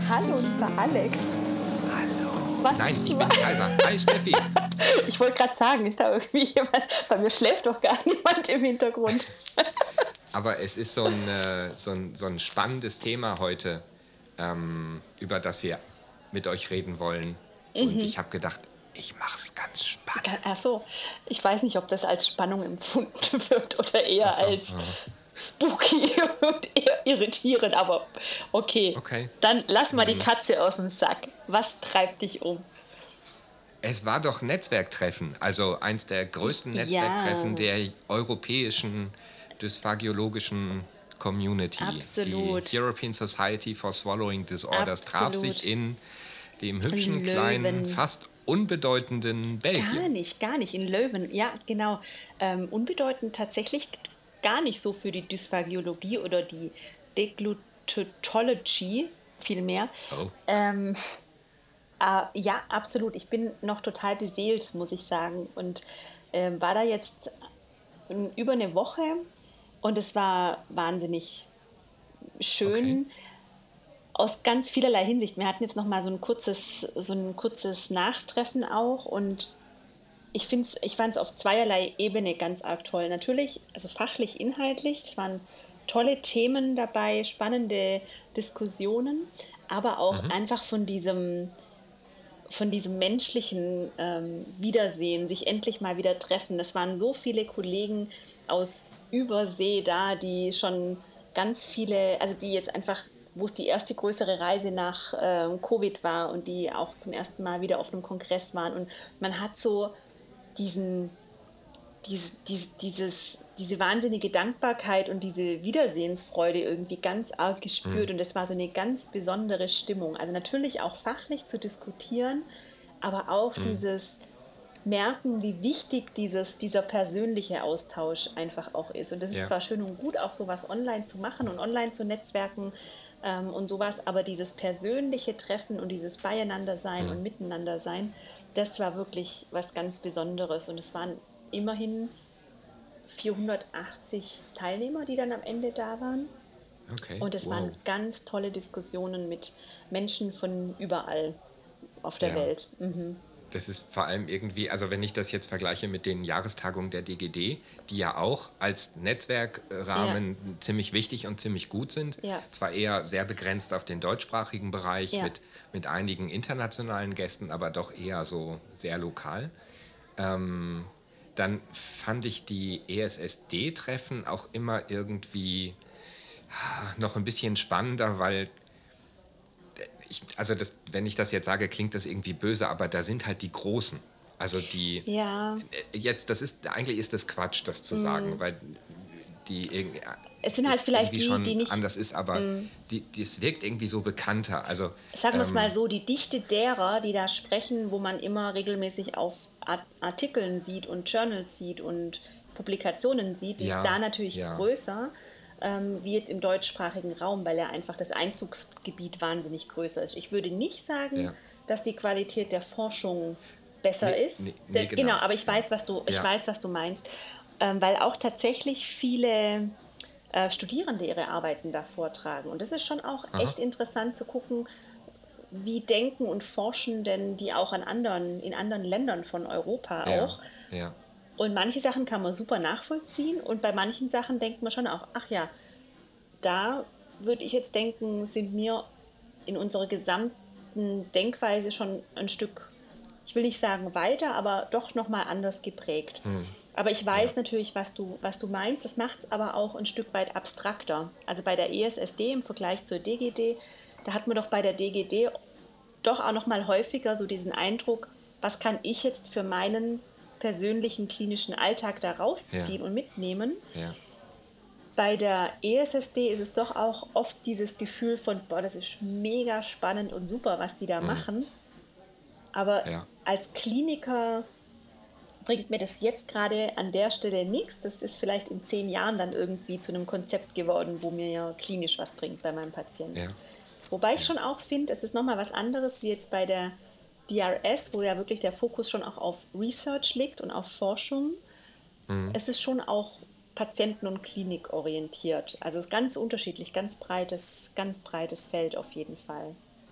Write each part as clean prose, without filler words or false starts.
Hallo, lieber Alex. Hallo. Was? Nein, ich bin Kaiser. Hi Steffi. Ich wollte gerade sagen, ist da irgendwie jemand? Bei mir schläft doch gar niemand im Hintergrund. Aber es ist so ein spannendes Thema heute, über das wir mit euch reden wollen. Und ich habe gedacht, ich mache es ganz spannend. Ach so, ich weiß nicht, ob das als Spannung empfunden wird oder eher Ach so, als spooky und eher irritierend, aber okay. okay. Dann lass mal die Katze aus dem Sack. Was treibt dich um? Es war doch Netzwerktreffen, also eins der größten Netzwerktreffen der europäischen dysphagiologischen Community. Absolut. Die European Society for Swallowing Disorders traf Absolut. sich in dem hübschen, In kleinen, Löwen. fast unbedeutenden Belgien. Gar nicht. In Löwen, ja, genau. Unbedeutend tatsächlich gar nicht so für die Dysphagiologie oder die Deglutology vielmehr. Oh. Ja, absolut. Ich bin noch total beseelt, muss ich sagen. Und war da jetzt über eine Woche und es war wahnsinnig schön. Okay. Aus ganz vielerlei Hinsicht. Wir hatten jetzt noch mal so ein kurzes Nachtreffen auch und ich fand es auf zweierlei Ebene ganz arg toll. Natürlich, also fachlich, inhaltlich, es waren tolle Themen dabei, spannende Diskussionen, aber auch einfach von diesem menschlichen Wiedersehen, sich endlich mal wieder treffen. Es waren so viele Kollegen aus Übersee da, die schon ganz viele, also die jetzt einfach, wo es die erste größere Reise nach Covid war und die auch zum ersten Mal wieder auf einem Kongress waren. Und man hat so diese wahnsinnige Dankbarkeit und diese Wiedersehensfreude irgendwie ganz arg gespürt. Und das war so eine ganz besondere Stimmung. Also natürlich auch fachlich zu diskutieren, aber auch dieses Merken, wie wichtig dieser persönliche Austausch einfach auch ist. Und das ist Ja. zwar schön und gut, auch sowas online zu machen und online zu netzwerken und sowas, aber dieses persönliche Treffen und dieses Beieinander-Sein und Miteinander-Sein, das war wirklich was ganz Besonderes. Und es waren immerhin 480 Teilnehmer, die dann am Ende da waren. Okay. Und es waren ganz tolle Diskussionen mit Menschen von überall auf der Ja. Welt. Das ist vor allem irgendwie, also wenn ich das jetzt vergleiche mit den Jahrestagungen der DGD, die ja auch als Netzwerkrahmen ziemlich wichtig und ziemlich gut sind, Ja. zwar eher sehr begrenzt auf den deutschsprachigen Bereich Ja. mit einigen internationalen Gästen, aber doch eher so sehr lokal. Dann fand ich die ESSD-Treffen auch immer irgendwie noch ein bisschen spannender, weil wenn ich das jetzt sage, klingt das irgendwie böse, aber da sind halt die Großen. Also die, Ja, eigentlich ist das Quatsch, das zu sagen, weil es sind halt es vielleicht irgendwie schon die nicht, anders ist, aber das wirkt irgendwie so bekannter. Also sagen wir es mal so, die Dichte derer, die da sprechen, wo man immer regelmäßig auf Artikeln sieht und Journals sieht und Publikationen sieht, die Ja, ist da natürlich ja. größer, wie jetzt im deutschsprachigen Raum, weil ja einfach das Einzugsgebiet wahnsinnig größer ist. Ich würde nicht sagen, Ja. dass die Qualität der Forschung besser Nee, ist. nee, genau. Aber ich weiß, was du meinst, weil auch tatsächlich viele Studierende ihre Arbeiten da vortragen. Und das ist schon auch echt interessant zu gucken, wie denken und forschen denn die auch in anderen Ländern von Europa auch. Ja. Und manche Sachen kann man super nachvollziehen und bei manchen Sachen denkt man schon auch, ach ja, da würde ich jetzt denken, sind wir in unserer gesamten Denkweise schon ein Stück, ich will nicht sagen weiter, aber doch nochmal anders geprägt. Aber ich weiß natürlich, was du meinst, das macht es aber auch ein Stück weit abstrakter. Also bei der ESSD im Vergleich zur DGD, da hat man doch bei der DGD doch auch nochmal häufiger so diesen Eindruck, was kann ich jetzt für meinen persönlichen klinischen Alltag da rausziehen und mitnehmen. Ja. Bei der ESSD ist es doch auch oft dieses Gefühl von, boah, das ist mega spannend und super, was die da machen. Aber als Kliniker bringt mir das jetzt gerade an der Stelle nichts. Das ist vielleicht in 10 Jahren dann irgendwie zu einem Konzept geworden, wo mir ja klinisch was bringt bei meinem Patienten. Ja. Wobei ich schon auch finde, es ist nochmal was anderes wie jetzt bei der DRS, wo ja wirklich der Fokus schon auch auf Research liegt und auf Forschung. Es ist schon auch patienten- und klinikorientiert. Also es ist ganz unterschiedlich, ganz breites Feld auf jeden Fall.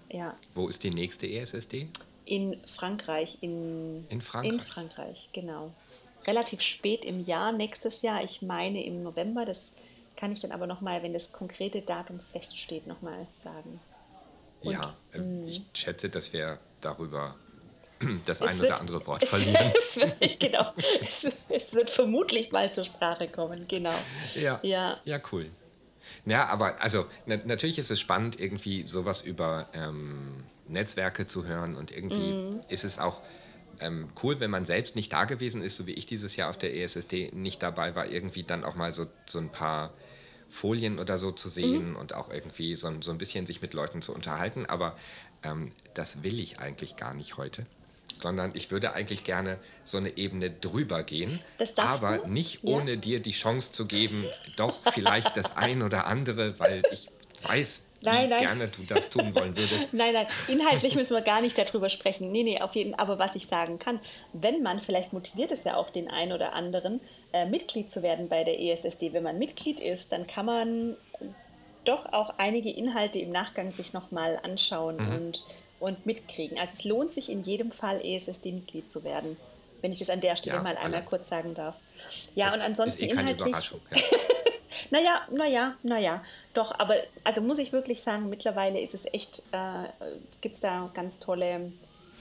ja. Wo ist die nächste ESSD? In Frankreich. In Frankreich? In Frankreich, genau. Relativ spät im Jahr, nächstes Jahr, ich meine im November, das kann ich dann aber nochmal, wenn das konkrete Datum feststeht, nochmal sagen. Und, Ja, ich schätze, dass wir darüber das es ein wird- oder andere Wort verlieren. Genau, es wird vermutlich mal zur Sprache kommen, genau. Ja, Ja, ja, cool. Ja, aber also natürlich ist es spannend, irgendwie sowas über Netzwerke zu hören und irgendwie ist es auch cool, wenn man selbst nicht da gewesen ist, so wie ich dieses Jahr auf der ESSD nicht dabei war, irgendwie dann auch mal so ein paar Folien oder so zu sehen und auch irgendwie so ein bisschen sich mit Leuten zu unterhalten. Aber das will ich eigentlich gar nicht heute, sondern ich würde eigentlich gerne so eine Ebene drüber gehen, Das darfst aber du? nicht Ja. ohne dir die Chance zu geben, doch vielleicht das ein oder andere, weil ich weiß, wie Nein. gerne du das tun wollen würdest. Nein, inhaltlich müssen wir gar nicht darüber sprechen. Nee, auf jeden Fall. Aber was ich sagen kann, wenn man, vielleicht motiviert es ja auch den einen oder anderen, Mitglied zu werden bei der ESSD. Wenn man Mitglied ist, dann kann man doch auch einige Inhalte im Nachgang sich nochmal anschauen und mitkriegen. Also es lohnt sich in jedem Fall, ESSD-Mitglied zu werden, wenn ich das an der Stelle Ja, mal einmal alle. kurz sagen darf. Ja, Das und ansonsten ist keine inhaltlich... Überraschung. Ja. Naja, doch, aber also muss ich wirklich sagen, mittlerweile ist es echt, gibt es da ganz tolle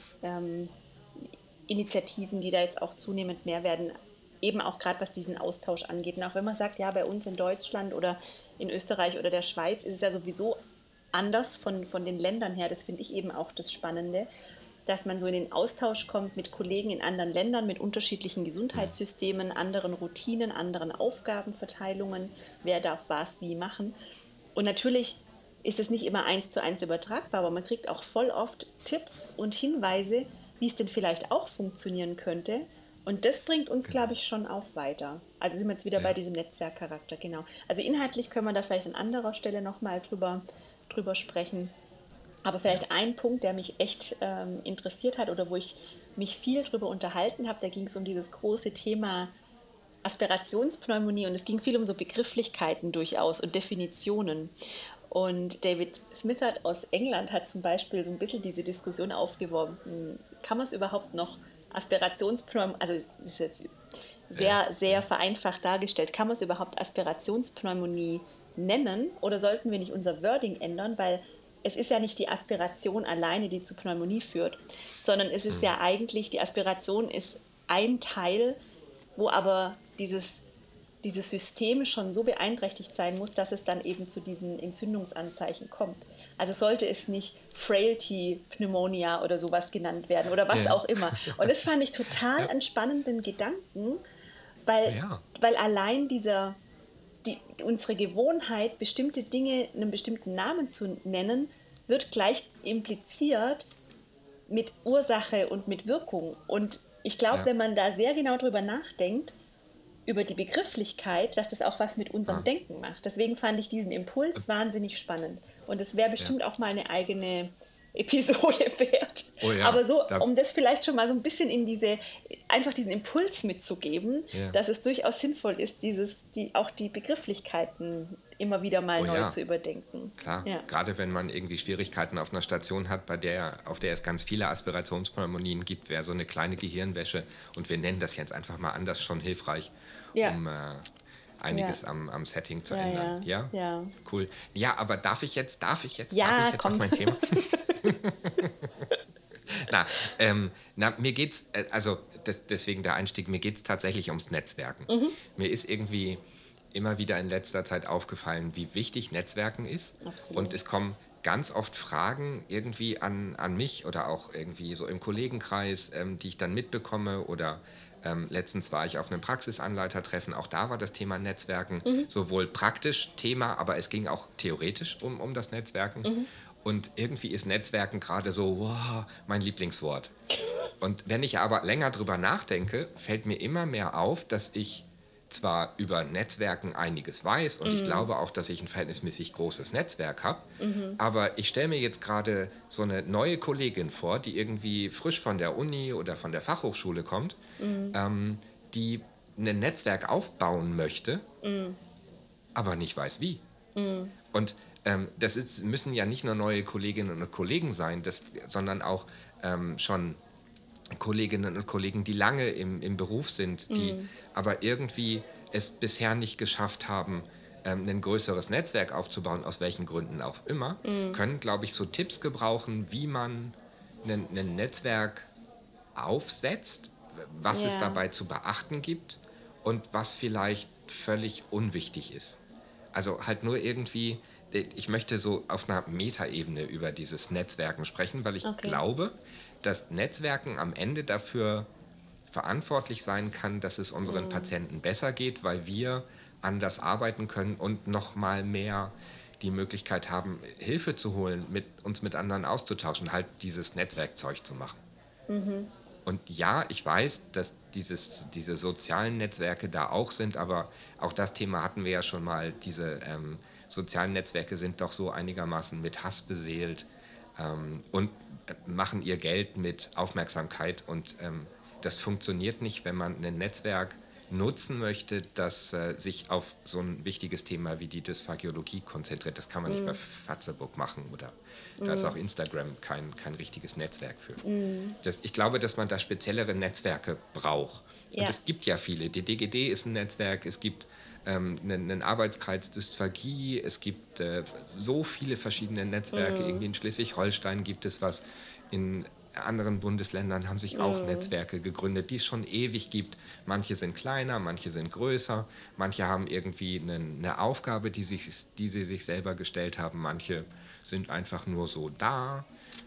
Initiativen, die da jetzt auch zunehmend mehr werden, eben auch gerade was diesen Austausch angeht. Und auch wenn man sagt, ja, bei uns in Deutschland oder in Österreich oder der Schweiz ist es ja sowieso anders von den Ländern her, das finde ich eben auch das Spannende, dass man so in den Austausch kommt mit Kollegen in anderen Ländern, mit unterschiedlichen Gesundheitssystemen, anderen Routinen, anderen Aufgabenverteilungen, wer darf was wie machen. Und natürlich ist es nicht immer 1:1 übertragbar, aber man kriegt auch voll oft Tipps und Hinweise, wie es denn vielleicht auch funktionieren könnte. Und das bringt uns, glaube ich, schon auch weiter. Also sind wir jetzt wieder bei diesem Netzwerkcharakter, genau. Also inhaltlich können wir da vielleicht an anderer Stelle nochmal drüber sprechen. Aber vielleicht ein Punkt, der mich echt interessiert hat oder wo ich mich viel drüber unterhalten habe, da ging es um dieses große Thema Aspirationspneumonie und es ging viel um so Begrifflichkeiten durchaus und Definitionen. Und David Smithard aus England hat zum Beispiel so ein bisschen diese Diskussion aufgeworfen, kann man es überhaupt noch Aspirationspneumonie, also es ist jetzt sehr vereinfacht dargestellt, kann man es überhaupt Aspirationspneumonie nennen oder sollten wir nicht unser Wording ändern, weil es ist ja nicht die Aspiration alleine, die zu Pneumonie führt, sondern es ist ja eigentlich, die Aspiration ist ein Teil, wo aber dieses System schon so beeinträchtigt sein muss, dass es dann eben zu diesen Entzündungsanzeichen kommt. Also sollte es nicht Frailty Pneumonia oder sowas genannt werden oder was auch immer. Und das fand ich total einen spannenden Gedanken, weil allein unsere Gewohnheit, bestimmte Dinge einem bestimmten Namen zu nennen, wird gleich impliziert mit Ursache und mit Wirkung. Und ich glaube, wenn man da sehr genau drüber nachdenkt, über die Begrifflichkeit, dass das auch was mit unserem Denken macht. Deswegen fand ich diesen Impuls wahnsinnig spannend. Und es wäre bestimmt auch mal eine eigene Episode wert. Oh ja, Aber so, um das vielleicht schon mal so ein bisschen in einfach diesen Impuls mitzugeben, dass es durchaus sinnvoll ist, auch die Begrifflichkeiten immer wieder mal neu zu überdenken. Klar, gerade wenn man irgendwie Schwierigkeiten auf einer Station hat, auf der es ganz viele Aspirationspneumonien gibt, wäre so eine kleine Gehirnwäsche, und wir nennen das jetzt einfach mal anders, schon hilfreich, um einiges am Setting zu ändern. Ja? Cool. Ja, aber darf ich jetzt auf mein Thema? Mir geht's, deswegen der Einstieg, mir geht es tatsächlich ums Netzwerken. Mir ist irgendwie immer wieder in letzter Zeit aufgefallen, wie wichtig Netzwerken ist. Absolut. Und es kommen ganz oft Fragen irgendwie an mich oder auch irgendwie so im Kollegenkreis, die ich dann mitbekomme, oder letztens war ich auf einem Praxisanleitertreffen, auch da war das Thema Netzwerken sowohl praktisch Thema, aber es ging auch theoretisch um das Netzwerken. Und irgendwie ist Netzwerken gerade so, wow, mein Lieblingswort. Und wenn ich aber länger drüber nachdenke, fällt mir immer mehr auf, dass ich zwar über Netzwerken einiges weiß und ich glaube auch, dass ich ein verhältnismäßig großes Netzwerk habe, aber ich stelle mir jetzt gerade so eine neue Kollegin vor, die irgendwie frisch von der Uni oder von der Fachhochschule kommt, die ein Netzwerk aufbauen möchte, aber nicht weiß wie. Und müssen ja nicht nur neue Kolleginnen und Kollegen sein, sondern auch schon Kolleginnen und Kollegen, die lange im Beruf sind, die aber irgendwie es bisher nicht geschafft haben, ein größeres Netzwerk aufzubauen, aus welchen Gründen auch immer, können, glaube ich, so Tipps gebrauchen, wie man ein Netzwerk aufsetzt, was es dabei zu beachten gibt und was vielleicht völlig unwichtig ist. Also halt nur irgendwie, ich möchte so auf einer Metaebene über dieses Netzwerken sprechen, weil ich glaube, dass Netzwerken am Ende dafür verantwortlich sein kann, dass es unseren Patienten besser geht, weil wir anders arbeiten können und noch mal mehr die Möglichkeit haben, Hilfe zu holen, uns mit anderen auszutauschen, halt dieses Netzwerkzeug zu machen. Und ja, ich weiß, dass diese sozialen Netzwerke da auch sind, aber auch das Thema hatten wir ja schon mal. Diese sozialen Netzwerke sind doch so einigermaßen mit Hass beseelt und machen ihr Geld mit Aufmerksamkeit. Und das funktioniert nicht, wenn man ein Netzwerk nutzen möchte, das sich auf so ein wichtiges Thema wie die Dysphagiologie konzentriert. Das kann man nicht bei Facebook machen oder da ist auch Instagram kein richtiges Netzwerk für. Ich glaube, dass man da speziellere Netzwerke braucht. Ja. Und es gibt ja viele. Die DGD ist ein Netzwerk, es gibt einen Arbeitskreis Dysphagie, es gibt so viele verschiedene Netzwerke. Irgendwie in Schleswig-Holstein gibt es was, in anderen Bundesländern haben sich auch Netzwerke gegründet, die es schon ewig gibt. Manche sind kleiner, manche sind größer, manche haben irgendwie eine Aufgabe, die sie sich selber gestellt haben, manche sind einfach nur so da.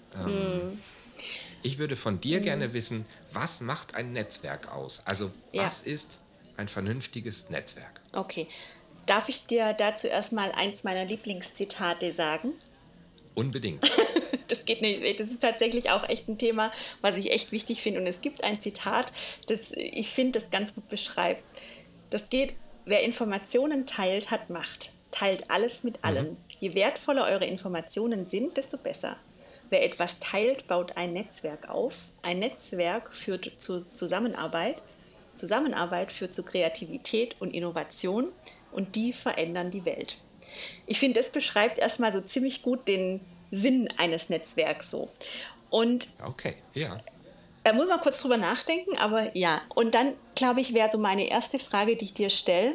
Ich würde von dir gerne wissen, was macht ein Netzwerk aus? Also was ist ein vernünftiges Netzwerk? Okay. Darf ich dir dazu erstmal eins meiner Lieblingszitate sagen? Unbedingt. Das geht nicht. Das ist tatsächlich auch echt ein Thema, was ich echt wichtig finde. Und es gibt ein Zitat, das ich finde, das ganz gut beschreibt. Das geht: Wer Informationen teilt, hat Macht. Teilt alles mit allen. Je wertvoller eure Informationen sind, desto besser. Wer etwas teilt, baut ein Netzwerk auf. Ein Netzwerk führt zu Zusammenarbeit. Zusammenarbeit führt zu Kreativität und Innovation. Und die verändern die Welt. Ich finde, das beschreibt erstmal so ziemlich gut den Sinn eines Netzwerks so. Und okay, ja. Da muss man kurz drüber nachdenken, aber ja. Und dann, glaube ich, wäre so meine erste Frage, die ich dir stelle.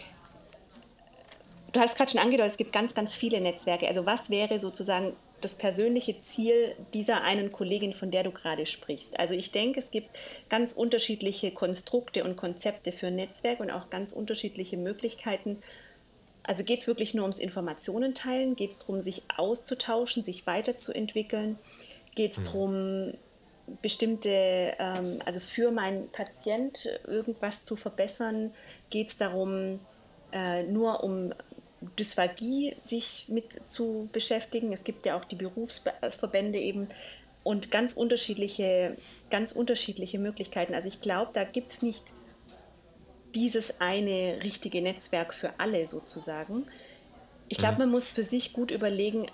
Du hast gerade schon angedeutet, es gibt ganz, ganz viele Netzwerke. Also was wäre sozusagen das persönliche Ziel dieser einen Kollegin, von der du gerade sprichst? Also ich denke, es gibt ganz unterschiedliche Konstrukte und Konzepte für ein Netzwerk und auch ganz unterschiedliche Möglichkeiten. Also geht es wirklich nur ums Informationen teilen? Geht es darum, sich auszutauschen, sich weiterzuentwickeln? Geht es darum, bestimmte, also für meinen Patient irgendwas zu verbessern? Geht es darum, nur um Dysphagie sich mit zu beschäftigen? Es gibt ja auch die Berufsverbände eben und ganz unterschiedliche Möglichkeiten. Also ich glaube, da gibt es nicht dieses eine richtige Netzwerk für alle sozusagen. Ich glaube, man muss für sich gut überlegen,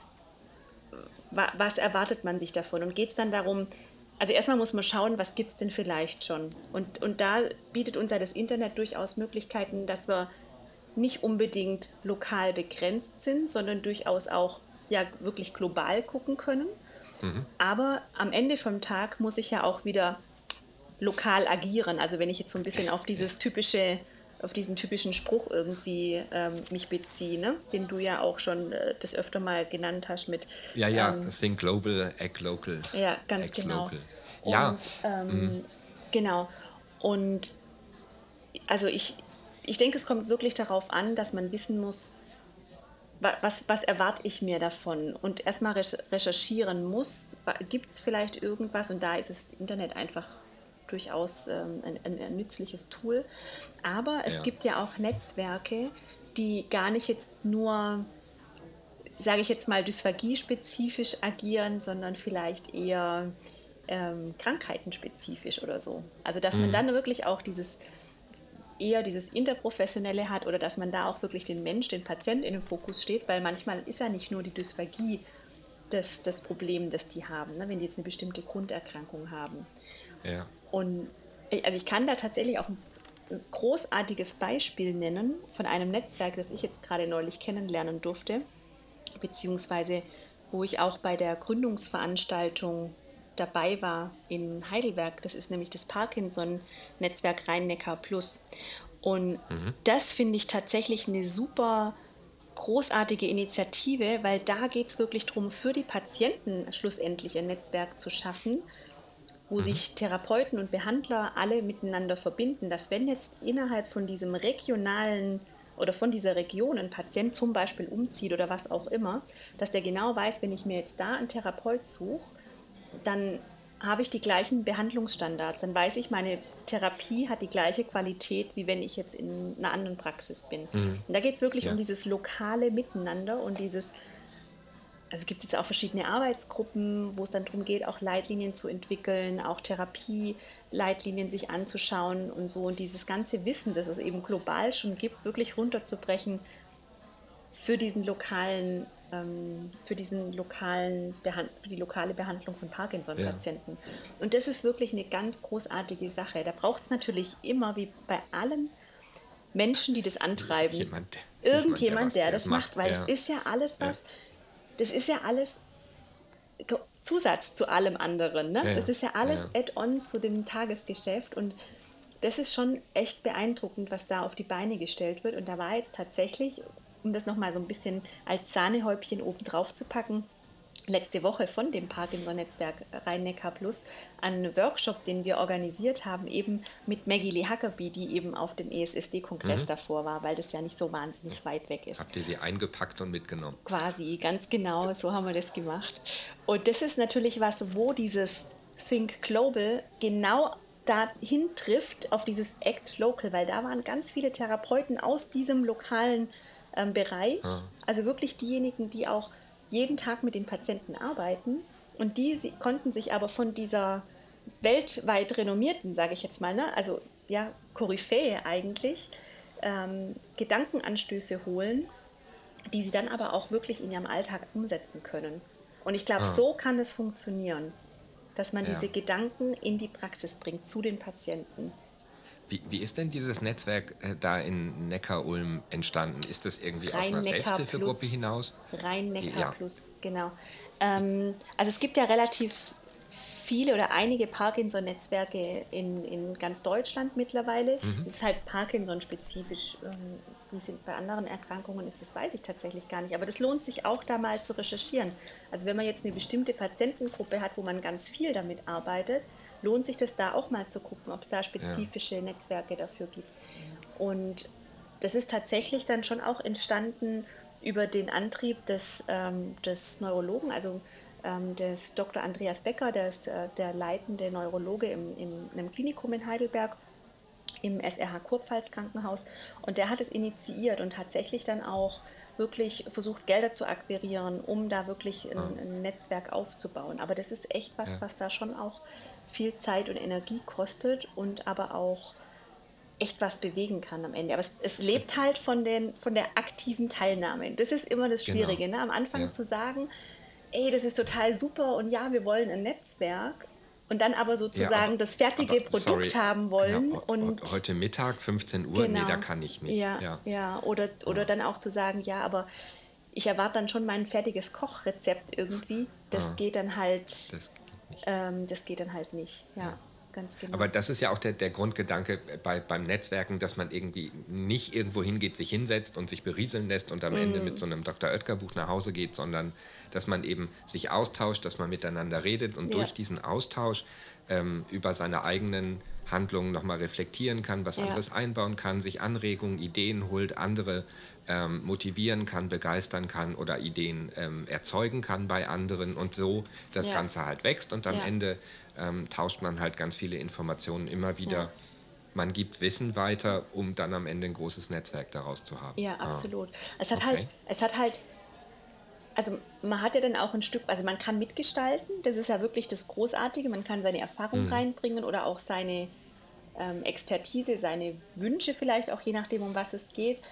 was erwartet man sich davon. Und geht es dann darum, also erstmal muss man schauen, was gibt es denn vielleicht schon. Und da bietet uns ja das Internet durchaus Möglichkeiten, dass wir nicht unbedingt lokal begrenzt sind, sondern durchaus auch ja wirklich global gucken können. Aber am Ende vom Tag muss ich ja auch wieder lokal agieren. Also wenn ich jetzt so ein bisschen auf diesen typischen Spruch irgendwie mich beziehe, ne? Den du ja auch schon das öfter mal genannt hast mit think global, act local. Ja, ganz genau. Local. Ja. Genau. Und also ich denke, es kommt wirklich darauf an, dass man wissen muss, was erwarte ich mir davon und erstmal recherchieren muss, gibt es vielleicht irgendwas, und da ist das Internet einfach durchaus ein nützliches Tool. Aber es gibt ja auch Netzwerke, die gar nicht jetzt nur, sage ich jetzt mal, dysphagie-spezifisch agieren, sondern vielleicht eher krankheitenspezifisch oder so. Also dass man dann wirklich auch dieses Interprofessionelle hat oder dass man da auch wirklich den Mensch, den Patient in den Fokus steht, weil manchmal ist ja nicht nur die Dysphagie das Problem, das die haben, ne, wenn die jetzt eine bestimmte Grunderkrankung haben. Ja. Und also ich kann da tatsächlich auch ein großartiges Beispiel nennen von einem Netzwerk, das ich jetzt gerade neulich kennenlernen durfte. beziehungsweise wo ich auch bei der Gründungsveranstaltung dabei war in Heidelberg. Das ist nämlich das Parkinson-Netzwerk Rhein-Neckar Plus. Und das finde ich tatsächlich eine super großartige Initiative, weil da geht es wirklich darum, für die Patienten schlussendlich ein Netzwerk zu schaffen, wo sich Therapeuten und Behandler alle miteinander verbinden, dass wenn jetzt innerhalb von diesem regionalen oder von dieser Region ein Patient zum Beispiel umzieht oder was auch immer, dass der genau weiß, wenn ich mir jetzt da einen Therapeut suche, dann habe ich die gleichen Behandlungsstandards. Dann weiß ich, meine Therapie hat die gleiche Qualität, wie wenn ich jetzt in einer anderen Praxis bin. Und da geht es wirklich um Ja. dieses lokale Miteinander und dieses, also gibt es auch verschiedene Arbeitsgruppen, wo es dann darum geht, auch Leitlinien zu entwickeln, auch Therapieleitlinien sich anzuschauen und so. Und dieses ganze Wissen, das es eben global schon gibt, wirklich runterzubrechen für diesen lokalen, für die lokale Behandlung von Parkinson-Patienten. Und das ist wirklich eine ganz großartige Sache. Da braucht es natürlich immer, wie bei allen Menschen, die das antreiben, irgendjemand, der das macht, weil das ist ja alles was, das ist ja alles Zusatz zu allem anderen. Ne? Das ist ja alles Add-on zu dem Tagesgeschäft und das ist schon echt beeindruckend, was da auf die Beine gestellt wird. Und da war jetzt tatsächlich, um das nochmal so ein bisschen als Sahnehäubchen oben drauf zu packen, letzte Woche von dem Parkinson-Netzwerk Rhein-Neckar Plus einen Workshop, den wir organisiert haben, eben mit Maggie Lee Huckabee, die eben auf dem ESSD-Kongress davor war, weil das ja nicht so wahnsinnig weit weg ist. Habt ihr sie eingepackt und mitgenommen? Quasi, ganz genau, so haben wir das gemacht. Und das ist natürlich was, wo dieses Think Global genau dahin trifft, auf dieses Act Local, weil da waren ganz viele Therapeuten aus diesem lokalen Bereich, also wirklich diejenigen, die auch jeden Tag mit den Patienten arbeiten und die konnten sich aber von dieser weltweit renommierten, sage ich jetzt mal, ne, also ja, Koryphäe eigentlich, Gedankenanstöße holen, die sie dann aber auch wirklich in ihrem Alltag umsetzen können. Und ich glaube, so kann es funktionieren, dass man diese Gedanken in die Praxis bringt, zu den Patienten. Wie ist denn dieses Netzwerk da in Neckar-Ulm entstanden? Ist das irgendwie aus einer Selbsthilfegruppe hinaus? Rhein-Neckar Plus, genau. Also es gibt ja relativ viele oder einige Parkinson-Netzwerke in ganz Deutschland mittlerweile. Es ist halt Parkinson-spezifisch. Wie es bei anderen Erkrankungen ist, das weiß ich tatsächlich gar nicht. Aber das lohnt sich auch, da mal zu recherchieren. Also wenn man jetzt eine bestimmte Patientengruppe hat, wo man ganz viel damit arbeitet, lohnt sich das da auch mal zu gucken, ob es da spezifische Netzwerke dafür gibt. Und das ist tatsächlich dann schon auch entstanden über den Antrieb des Neurologen, also des Dr. Andreas Becker, der ist der leitende Neurologe in einem Klinikum in Heidelberg, im SRH Kurpfalz Krankenhaus, und der hat es initiiert und tatsächlich dann auch wirklich versucht, Gelder zu akquirieren, um da wirklich ein Netzwerk aufzubauen. Aber das ist echt was da schon auch viel Zeit und Energie kostet und aber auch echt was bewegen kann am Ende. Aber es lebt halt von der aktiven Teilnahme. Das ist immer das Schwierige, ne? Am Anfang zu sagen, ey, das ist total super und ja, wir wollen ein Netzwerk. Und dann aber sozusagen das fertige Produkt haben wollen. Genau, und heute Mittag, 15 Uhr, nee, da kann ich nicht. Oder dann auch zu sagen, ja, aber ich erwarte dann schon mein fertiges Kochrezept irgendwie. Das geht dann halt, das geht dann halt nicht. Ja, ganz genau. Aber das ist ja auch der Grundgedanke beim Netzwerken, dass man irgendwie nicht irgendwo hingeht, sich hinsetzt und sich berieseln lässt und am Ende mit so einem Dr. Oetker-Buch nach Hause geht, sondern dass man eben sich austauscht, dass man miteinander redet und durch diesen Austausch über seine eigenen Handlungen nochmal reflektieren kann, was anderes einbauen kann, sich Anregungen, Ideen holt, andere motivieren kann, begeistern kann oder Ideen erzeugen kann bei anderen und so das Ganze halt wächst und am Ende tauscht man halt ganz viele Informationen immer wieder. Man gibt Wissen weiter, um dann am Ende ein großes Netzwerk daraus zu haben. Ja, absolut. Es hat halt, also man hat ja dann auch ein Stück, also man kann mitgestalten, das ist ja wirklich das Großartige, man kann seine Erfahrung reinbringen oder auch seine Expertise, seine Wünsche vielleicht auch, je nachdem, um was es geht,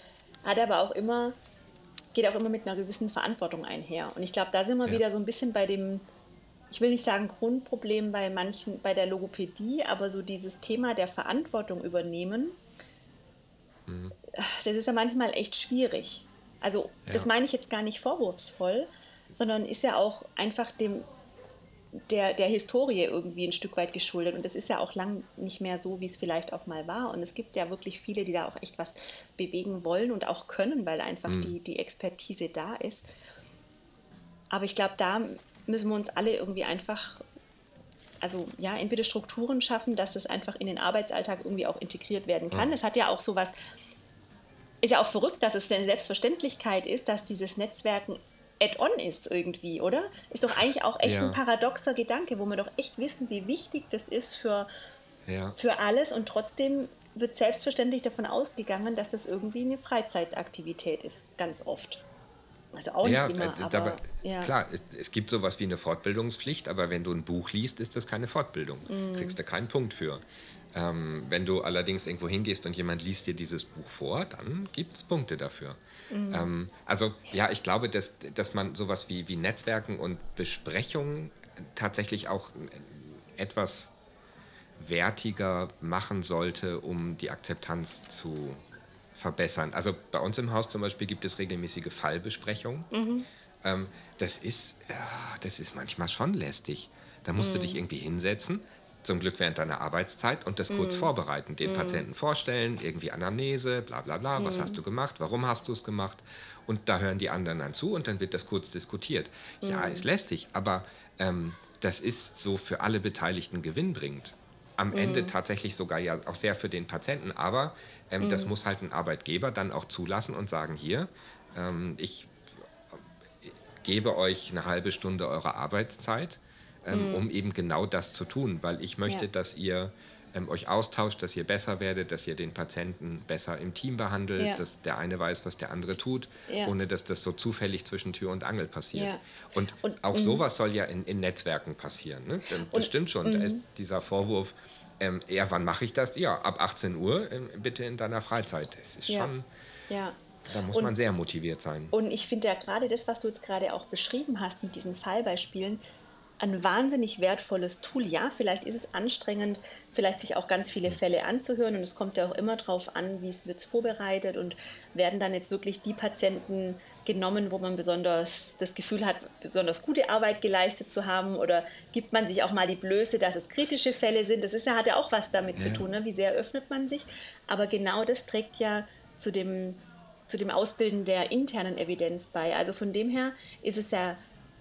geht auch immer mit einer gewissen Verantwortung einher. Und ich glaube, da sind wir wieder so ein bisschen bei dem, ich will nicht sagen Grundproblem bei manchen, bei der Logopädie, aber so dieses Thema der Verantwortung übernehmen, das ist ja manchmal echt schwierig. Also das Ja. meine ich jetzt gar nicht vorwurfsvoll, sondern ist ja auch einfach der Historie irgendwie ein Stück weit geschuldet. Und das ist ja auch lang nicht mehr so, wie es vielleicht auch mal war. Und es gibt ja wirklich viele, die da auch echt was bewegen wollen und auch können, weil einfach die Expertise da ist. Aber ich glaube, da müssen wir uns alle irgendwie einfach, also ja, entweder Strukturen schaffen, dass es einfach in den Arbeitsalltag irgendwie auch integriert werden kann. Es hat ja auch sowas, ist ja auch verrückt, dass es eine Selbstverständlichkeit ist, dass dieses Netzwerken Add-on ist irgendwie, oder? Ist doch eigentlich auch echt ein Ja, paradoxer Gedanke, wo wir doch echt wissen, wie wichtig das ist ja. für alles und trotzdem wird selbstverständlich davon ausgegangen, dass das irgendwie eine Freizeitaktivität ist, ganz oft. Also auch nicht Ja, immer, dabei, aber ja. klar, es gibt sowas wie eine Fortbildungspflicht, aber wenn du ein Buch liest, ist das keine Fortbildung. Kriegst du keinen Punkt für. Wenn du allerdings irgendwo hingehst und jemand liest dir dieses Buch vor, dann gibt es Punkte dafür. Also ja, ich glaube, dass man sowas wie Netzwerken und Besprechungen tatsächlich auch etwas wertiger machen sollte, um die Akzeptanz zu verbessern. Also bei uns im Haus zum Beispiel gibt es regelmäßige Fallbesprechungen. Das ist manchmal schon lästig. Da musst du dich irgendwie hinsetzen, zum Glück während deiner Arbeitszeit, und das kurz vorbereiten, den Patienten vorstellen, irgendwie Anamnese, bla bla bla, was hast du gemacht, warum hast du es gemacht, und da hören die anderen dann zu und dann wird das kurz diskutiert. Ja, ist lästig, aber das ist so für alle Beteiligten gewinnbringend. Am Ende tatsächlich sogar ja auch sehr für den Patienten, aber das muss halt ein Arbeitgeber dann auch zulassen und sagen, hier, ich gebe euch eine halbe Stunde eurer Arbeitszeit, um eben genau das zu tun, weil ich möchte, Ja. dass ihr euch austauscht, dass ihr besser werdet, dass ihr den Patienten besser im Team behandelt, Ja. dass der eine weiß, was der andere tut, Ja. ohne dass das so zufällig zwischen Tür und Angel passiert. Ja. Und Und auch sowas soll ja in Netzwerken passieren. Ne? Das stimmt schon, da ist dieser Vorwurf, ja, wann mache ich das? Ja, ab 18 Uhr, bitte in deiner Freizeit. Das ist Ja, schon, ja. da muss man Und, sehr motiviert sein. und ich finde ja gerade das, was du jetzt gerade auch beschrieben hast mit diesen Fallbeispielen, ein wahnsinnig wertvolles Tool. Ja, vielleicht ist es anstrengend, vielleicht sich auch ganz viele Fälle anzuhören und es kommt ja auch immer darauf an, wie es wird vorbereitet und werden dann jetzt wirklich die Patienten genommen, wo man besonders das Gefühl hat, besonders gute Arbeit geleistet zu haben, oder gibt man sich auch mal die Blöße, dass es kritische Fälle sind. Das ist ja, hat ja auch was damit zu Ja. tun, ne? Wie sehr öffnet man sich. Aber genau das trägt ja zu dem Ausbilden der internen Evidenz bei. Also von dem her ist es ja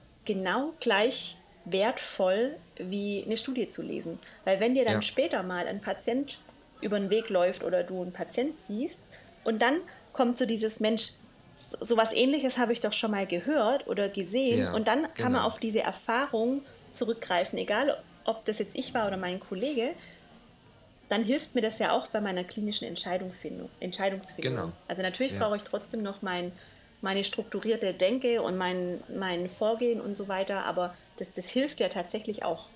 genau gleich wertvoll, wie eine Studie zu lesen. Weil wenn dir dann Ja. später mal ein Patient über den Weg läuft oder du einen Patient siehst und dann kommt so dieses Mensch, so was Ähnliches habe ich doch schon mal gehört oder gesehen, Ja, und dann kann man genau. auf diese Erfahrung zurückgreifen, egal ob das jetzt ich war oder mein Kollege, dann hilft mir das ja auch bei meiner klinischen Entscheidungsfindung. Genau. Also natürlich Ja. brauche ich trotzdem noch meine strukturierte Denke und mein Vorgehen und so weiter, aber das hilft ja tatsächlich auch,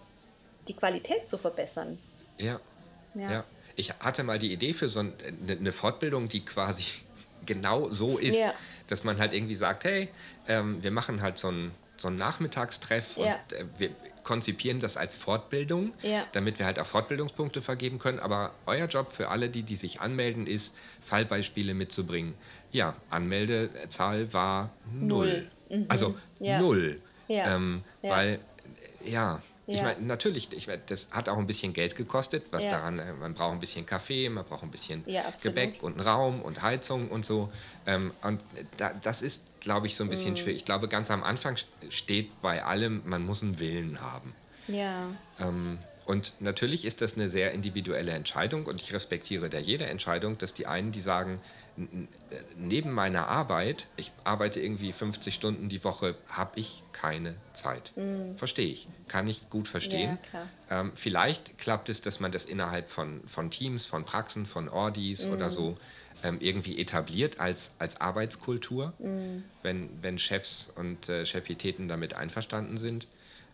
die Qualität zu verbessern. Ja. Ja. Ja. Ich hatte mal die Idee für so eine Fortbildung, die quasi genau so ist, Ja. dass man halt irgendwie sagt, hey, wir machen halt so ein Nachmittagstreff Ja. und wir konzipieren das als Fortbildung, Ja. damit wir halt auch Fortbildungspunkte vergeben können. Aber euer Job für alle, die sich anmelden, ist, Fallbeispiele mitzubringen. Ja, Anmeldezahl war null. Also Ja. null. Ja. Ja. Weil, ja, ich Ja. meine, natürlich, das hat auch ein bisschen Geld gekostet, was Ja. daran, man braucht ein bisschen Kaffee, man braucht ein bisschen Ja, absolut. Gebäck und einen Raum und Heizung und so. Und das ist, glaube ich, so ein bisschen schwierig. Ich glaube, ganz am Anfang steht bei allem, man muss einen Willen haben. Ja. Und natürlich ist das eine sehr individuelle Entscheidung und ich respektiere da jede Entscheidung, dass die einen, die sagen, neben meiner Arbeit, ich arbeite irgendwie 50 Stunden die Woche, habe ich keine Zeit. Verstehe ich. Kann ich gut verstehen. Ja, klar. Vielleicht klappt es, dass man das innerhalb von Teams, von Praxen, von Ordis oder so irgendwie etabliert als Arbeitskultur, wenn Chefs und Chefitäten damit einverstanden sind.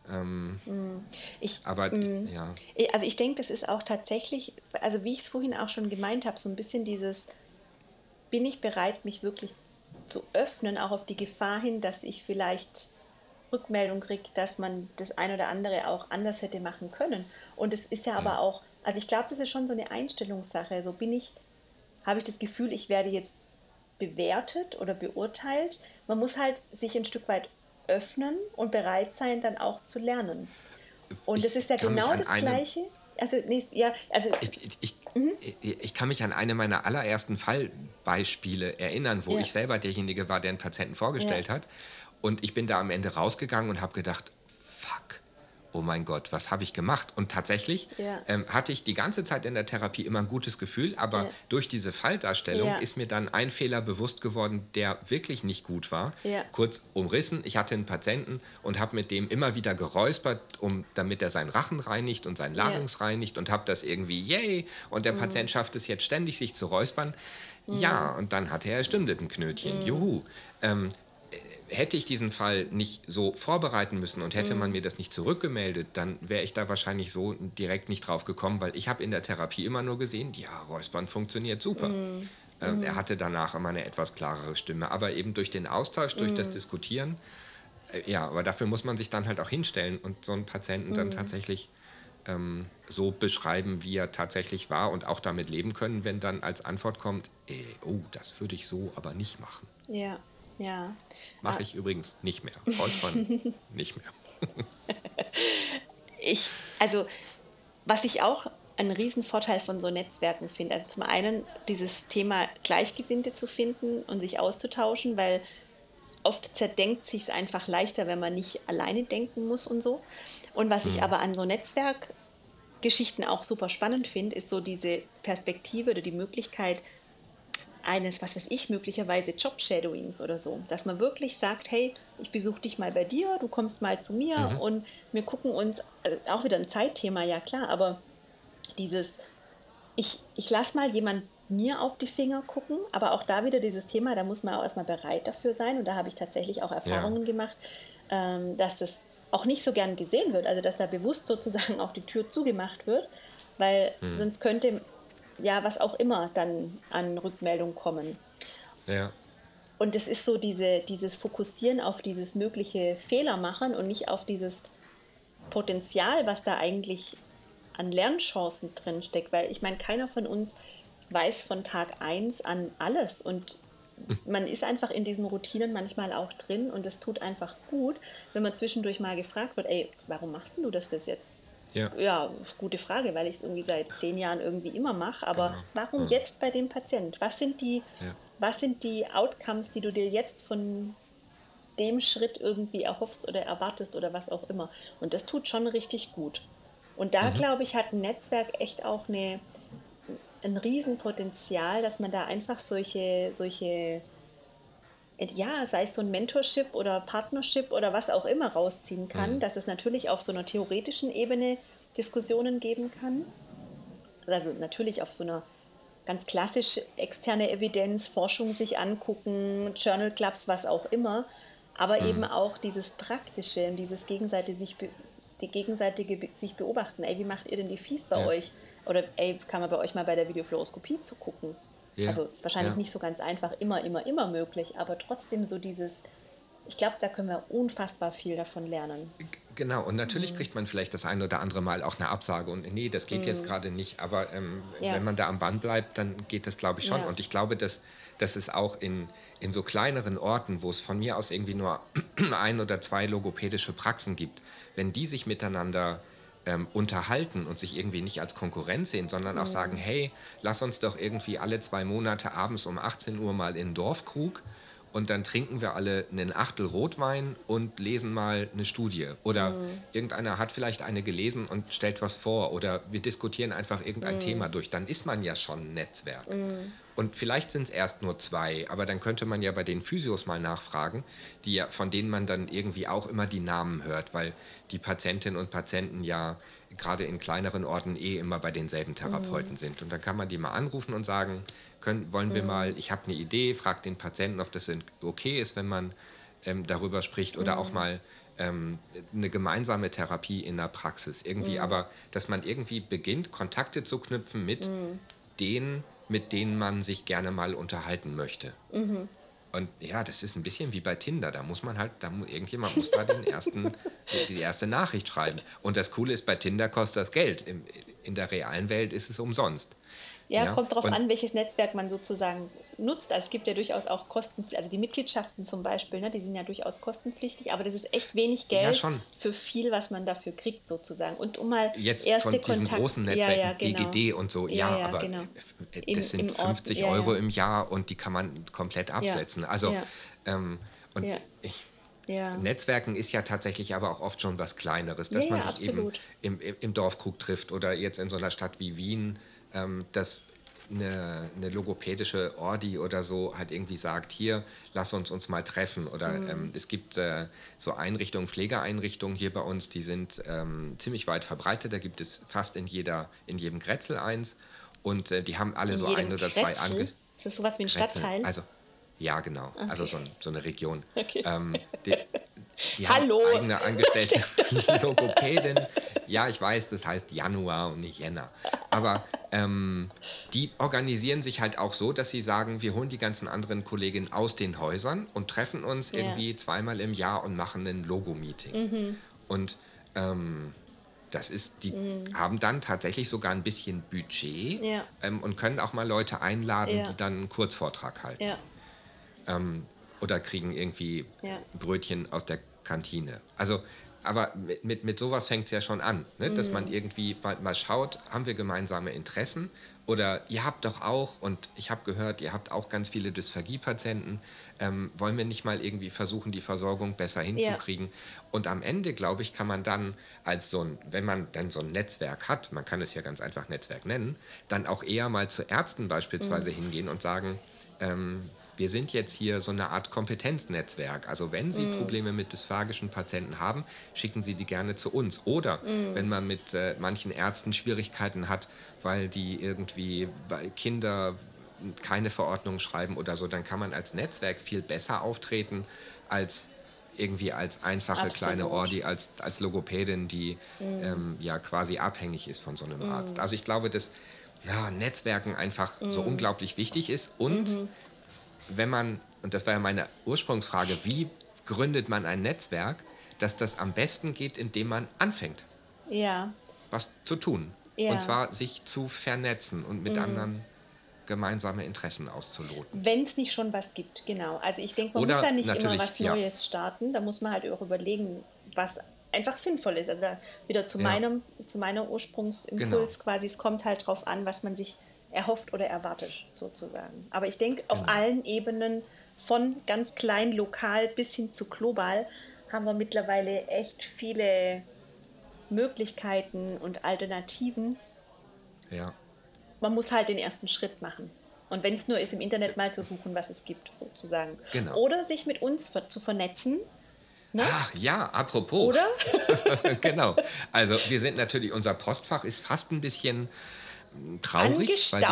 Ich, Aber ja, Also ich denke, das ist auch tatsächlich, also wie ich es vorhin auch schon gemeint habe, so ein bisschen dieses, bin ich bereit, mich wirklich zu öffnen, auch auf die Gefahr hin, dass ich vielleicht Rückmeldung kriege, dass man das ein oder andere auch anders hätte machen können. Und es ist ja aber auch, also ich glaube, das ist schon so eine Einstellungssache. So habe ich das Gefühl, ich werde jetzt bewertet oder beurteilt. Man muss halt sich ein Stück weit öffnen und bereit sein, dann auch zu lernen. Und das ist ja genau das Gleiche. Also, ich kann mich an eine meiner allerersten Fallbeispiele erinnern, wo ich selber derjenige war, der einen Patienten vorgestellt hat. Und ich bin da am Ende rausgegangen und habe gedacht, fuck, oh mein Gott, was habe ich gemacht? Und tatsächlich hatte ich die ganze Zeit in der Therapie immer ein gutes Gefühl, aber durch diese Falldarstellung ist mir dann ein Fehler bewusst geworden, der wirklich nicht gut war. Kurz umrissen, ich hatte einen Patienten und habe mit dem immer wieder geräuspert, damit er seinen Rachen reinigt und seinen Larynx reinigt und habe das irgendwie, yay, und der Patient schafft es jetzt ständig, sich zu räuspern. Ja, und dann hatte er Stimmlippenknötchen, juhu. Hätte ich diesen Fall nicht so vorbereiten müssen und hätte man mir das nicht zurückgemeldet, dann wäre ich da wahrscheinlich so direkt nicht drauf gekommen, weil ich habe in der Therapie immer nur gesehen, ja, Räuspern funktioniert super. Er hatte danach immer eine etwas klarere Stimme, aber eben durch den Austausch, durch das Diskutieren, aber dafür muss man sich dann halt auch hinstellen und so einen Patienten dann tatsächlich so beschreiben, wie er tatsächlich war und auch damit leben können, wenn dann als Antwort kommt, das würde ich so aber nicht machen. Ja. Mache ich übrigens nicht mehr. Räuspern nicht mehr. Was ich auch einen Riesenvorteil von so Netzwerken finde, also zum einen dieses Thema Gleichgesinnte zu finden und sich auszutauschen, weil oft zerdenkt sich es einfach leichter, wenn man nicht alleine denken muss und so. Und was ich aber an so Netzwerkgeschichten auch super spannend finde, ist so diese Perspektive oder die Möglichkeit eines, was weiß ich, möglicherweise Job-Shadowings oder so. Dass man wirklich sagt, hey, ich besuche dich mal bei dir, du kommst mal zu mir und wir gucken uns, auch wieder ein Zeitthema, ja klar, aber dieses, ich lasse mal jemand mir auf die Finger gucken, aber auch da wieder dieses Thema, da muss man auch erstmal bereit dafür sein und da habe ich tatsächlich auch Erfahrungen gemacht, dass das auch nicht so gern gesehen wird, also dass da bewusst sozusagen auch die Tür zugemacht wird, weil sonst könnte was auch immer dann an Rückmeldung kommen. Ja. Und es ist so dieses Fokussieren auf dieses mögliche Fehlermachen und nicht auf dieses Potenzial, was da eigentlich an Lernchancen drin steckt, weil ich meine, keiner von uns weiß von Tag 1 an alles und man ist einfach in diesen Routinen manchmal auch drin und es tut einfach gut, wenn man zwischendurch mal gefragt wird, warum machst du das jetzt? Ja, gute Frage, weil ich es irgendwie seit 10 Jahren irgendwie immer mache. Aber warum jetzt bei dem Patient? Was sind die Outcomes, die du dir jetzt von dem Schritt irgendwie erhoffst oder erwartest oder was auch immer? Und das tut schon richtig gut. Und da, glaube ich, hat ein Netzwerk echt auch ein Riesenpotenzial, dass man da einfach solche sei es so ein Mentorship oder Partnership oder was auch immer rausziehen kann, dass es natürlich auf so einer theoretischen Ebene Diskussionen geben kann. Also natürlich auf so einer ganz klassisch externe Evidenz, Forschung sich angucken, Journal Clubs, was auch immer, aber eben auch dieses Praktische und dieses gegenseitige sich beobachten. Wie macht ihr denn die Fies bei euch? Oder kann man bei euch mal bei der Videofluoroskopie zugucken? Ja. Also ist wahrscheinlich nicht so ganz einfach immer möglich, aber trotzdem so dieses, ich glaube, da können wir unfassbar viel davon lernen. Genau, und natürlich kriegt man vielleicht das ein oder andere Mal auch eine Absage und nee, das geht jetzt gerade nicht, aber wenn man da am Band bleibt, dann geht das, glaube ich, schon. Und ich glaube, dass es auch in so kleineren Orten, wo es von mir aus irgendwie nur 1 oder 2 logopädische Praxen gibt, wenn die sich miteinander unterhalten und sich irgendwie nicht als Konkurrenz sehen, sondern auch sagen, hey, lass uns doch irgendwie alle 2 Monate abends um 18 Uhr mal in den Dorfkrug und dann trinken wir alle einen Achtel Rotwein und lesen mal eine Studie. Oder irgendeiner hat vielleicht eine gelesen und stellt was vor oder wir diskutieren einfach irgendein Thema durch. Dann ist man ja schon ein Netzwerk. Und vielleicht sind es erst nur 2, aber dann könnte man ja bei den Physios mal nachfragen, von denen man dann irgendwie auch immer die Namen hört, weil die Patientinnen und Patienten ja gerade in kleineren Orten immer bei denselben Therapeuten sind. Und dann kann man die mal anrufen und sagen, wollen wir mal, ich habe eine Idee, frag den Patienten, ob das okay ist, wenn man darüber spricht oder auch mal eine gemeinsame Therapie in der Praxis. Irgendwie, aber dass man irgendwie beginnt, Kontakte zu knüpfen mit denen, mit denen man sich gerne mal unterhalten möchte. Und ja, das ist ein bisschen wie bei Tinder. Da muss man halt, irgendjemand muss da die erste Nachricht schreiben. Und das Coole ist, bei Tinder kostet das Geld. In der realen Welt ist es umsonst. Ja, kommt drauf an, welches Netzwerk man sozusagen nutzt. Also es gibt ja durchaus auch Kostenpflicht, also die Mitgliedschaften zum Beispiel, ne, die sind ja durchaus kostenpflichtig, aber das ist echt wenig Geld für viel, was man dafür kriegt sozusagen. Und um mal jetzt erste von diesen Kontakt, großen Netzwerken, ja, genau. DGD und so, aber genau. das sind 50 Euro im Jahr und die kann man komplett absetzen. Also und Netzwerken ist ja tatsächlich aber auch oft schon was Kleineres, dass man sich absolut. eben im Dorfkrug trifft oder jetzt in so einer Stadt wie Wien, dass eine logopädische Ordi oder so halt irgendwie sagt, hier, lass uns mal treffen. Oder es gibt so Einrichtungen, Pflegeeinrichtungen hier bei uns, die sind ziemlich weit verbreitet. Da gibt es fast in jedem Grätzl eins. Und die haben alle In so jedem ein oder zwei Grätzl? Ist das sowas wie ein Stadtteil? Also, ja, genau. Okay. Also so eine Region. Okay. Die Hallo. haben eigene angestellte Logopädin. Ja, ich weiß, das heißt Januar und nicht Jänner. Aber die organisieren sich halt auch so, dass sie sagen, wir holen die ganzen anderen Kolleginnen aus den Häusern und treffen uns irgendwie zweimal im Jahr und machen ein Logo-Meeting. Und das ist, die haben dann tatsächlich sogar ein bisschen Budget und können auch mal Leute einladen, die dann einen Kurzvortrag halten. Ja. Oder kriegen irgendwie Brötchen aus der Kantine. Also, aber mit sowas fängt es ja schon an, ne? Dass man irgendwie mal schaut, haben wir gemeinsame Interessen? Oder ihr habt doch auch, und ich habe gehört, ihr habt auch ganz viele Dysphagie-Patienten, wollen wir nicht mal irgendwie versuchen, die Versorgung besser hinzukriegen? Und am Ende, glaube ich, kann man dann wenn man dann so ein Netzwerk hat, man kann es ja ganz einfach Netzwerk nennen, dann auch eher mal zu Ärzten beispielsweise hingehen und sagen, wir sind jetzt hier so eine Art Kompetenznetzwerk. Also wenn Sie Probleme mit dysphagischen Patienten haben, schicken Sie die gerne zu uns. Oder wenn man mit manchen Ärzten Schwierigkeiten hat, weil die irgendwie bei Kinder keine Verordnung schreiben oder so, dann kann man als Netzwerk viel besser auftreten als irgendwie als einfache kleine Ordi, als Logopädin, die ja quasi abhängig ist von so einem Arzt. Also ich glaube, dass Netzwerken einfach so unglaublich wichtig ist und wenn man, und das war ja meine Ursprungsfrage, wie gründet man ein Netzwerk, dass das am besten geht, indem man anfängt, was zu tun. Ja. Und zwar sich zu vernetzen und mit anderen gemeinsame Interessen auszuloten. Wenn es nicht schon was gibt, genau. Also ich denke, man muss ja nicht immer was Neues starten. Da muss man halt auch überlegen, was einfach sinnvoll ist. Also da wieder zu meiner Ursprungsimpuls quasi, es kommt halt drauf an, was man sich erhofft oder erwartet, sozusagen. Aber ich denke, auf allen Ebenen, von ganz klein, lokal bis hin zu global, haben wir mittlerweile echt viele Möglichkeiten und Alternativen. Ja. Man muss halt den ersten Schritt machen. Und wenn es nur ist, im Internet mal zu suchen, was es gibt, sozusagen. Genau. Oder sich mit uns zu vernetzen. Ne? Ach ja, apropos. Oder? Genau. Also wir sind natürlich, unser Postfach ist fast ein bisschen traurig.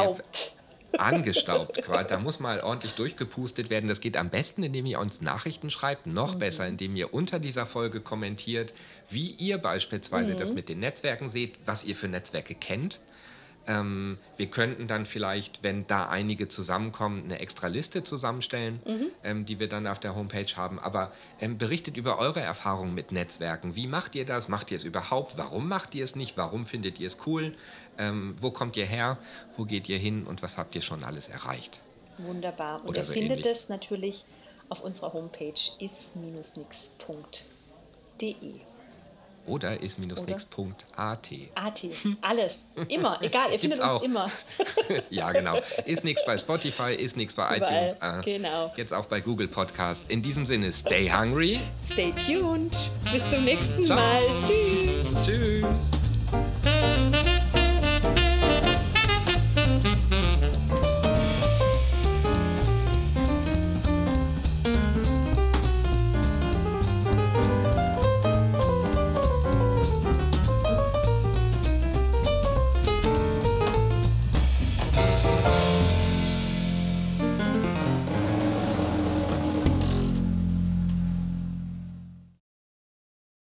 Angestaubt. Da muss mal ordentlich durchgepustet werden. Das geht am besten, indem ihr uns Nachrichten schreibt. Noch besser, indem ihr unter dieser Folge kommentiert, wie ihr beispielsweise das mit den Netzwerken seht, was ihr für Netzwerke kennt. Wir könnten dann vielleicht, wenn da einige zusammenkommen, eine extra Liste zusammenstellen, die wir dann auf der Homepage haben. Aber berichtet über eure Erfahrungen mit Netzwerken. Wie macht ihr das? Macht ihr es überhaupt? Warum macht ihr es nicht? Warum findet ihr es cool? Wo kommt ihr her? Wo geht ihr hin? Und was habt ihr schon alles erreicht? Wunderbar. Und Oder ihr so findet ähnlich. es natürlich auf unserer Homepage is-nix.de. Oder is-nix.at. AT, alles, immer, egal, ihr findet uns auch. immer. Ja, genau. Ist nichts bei Spotify, ist nichts bei Überall, iTunes. genau. Jetzt auch bei Google Podcast. In diesem Sinne, stay hungry. Stay tuned. Bis zum nächsten Ciao. Mal. Tschüss. Tschüss.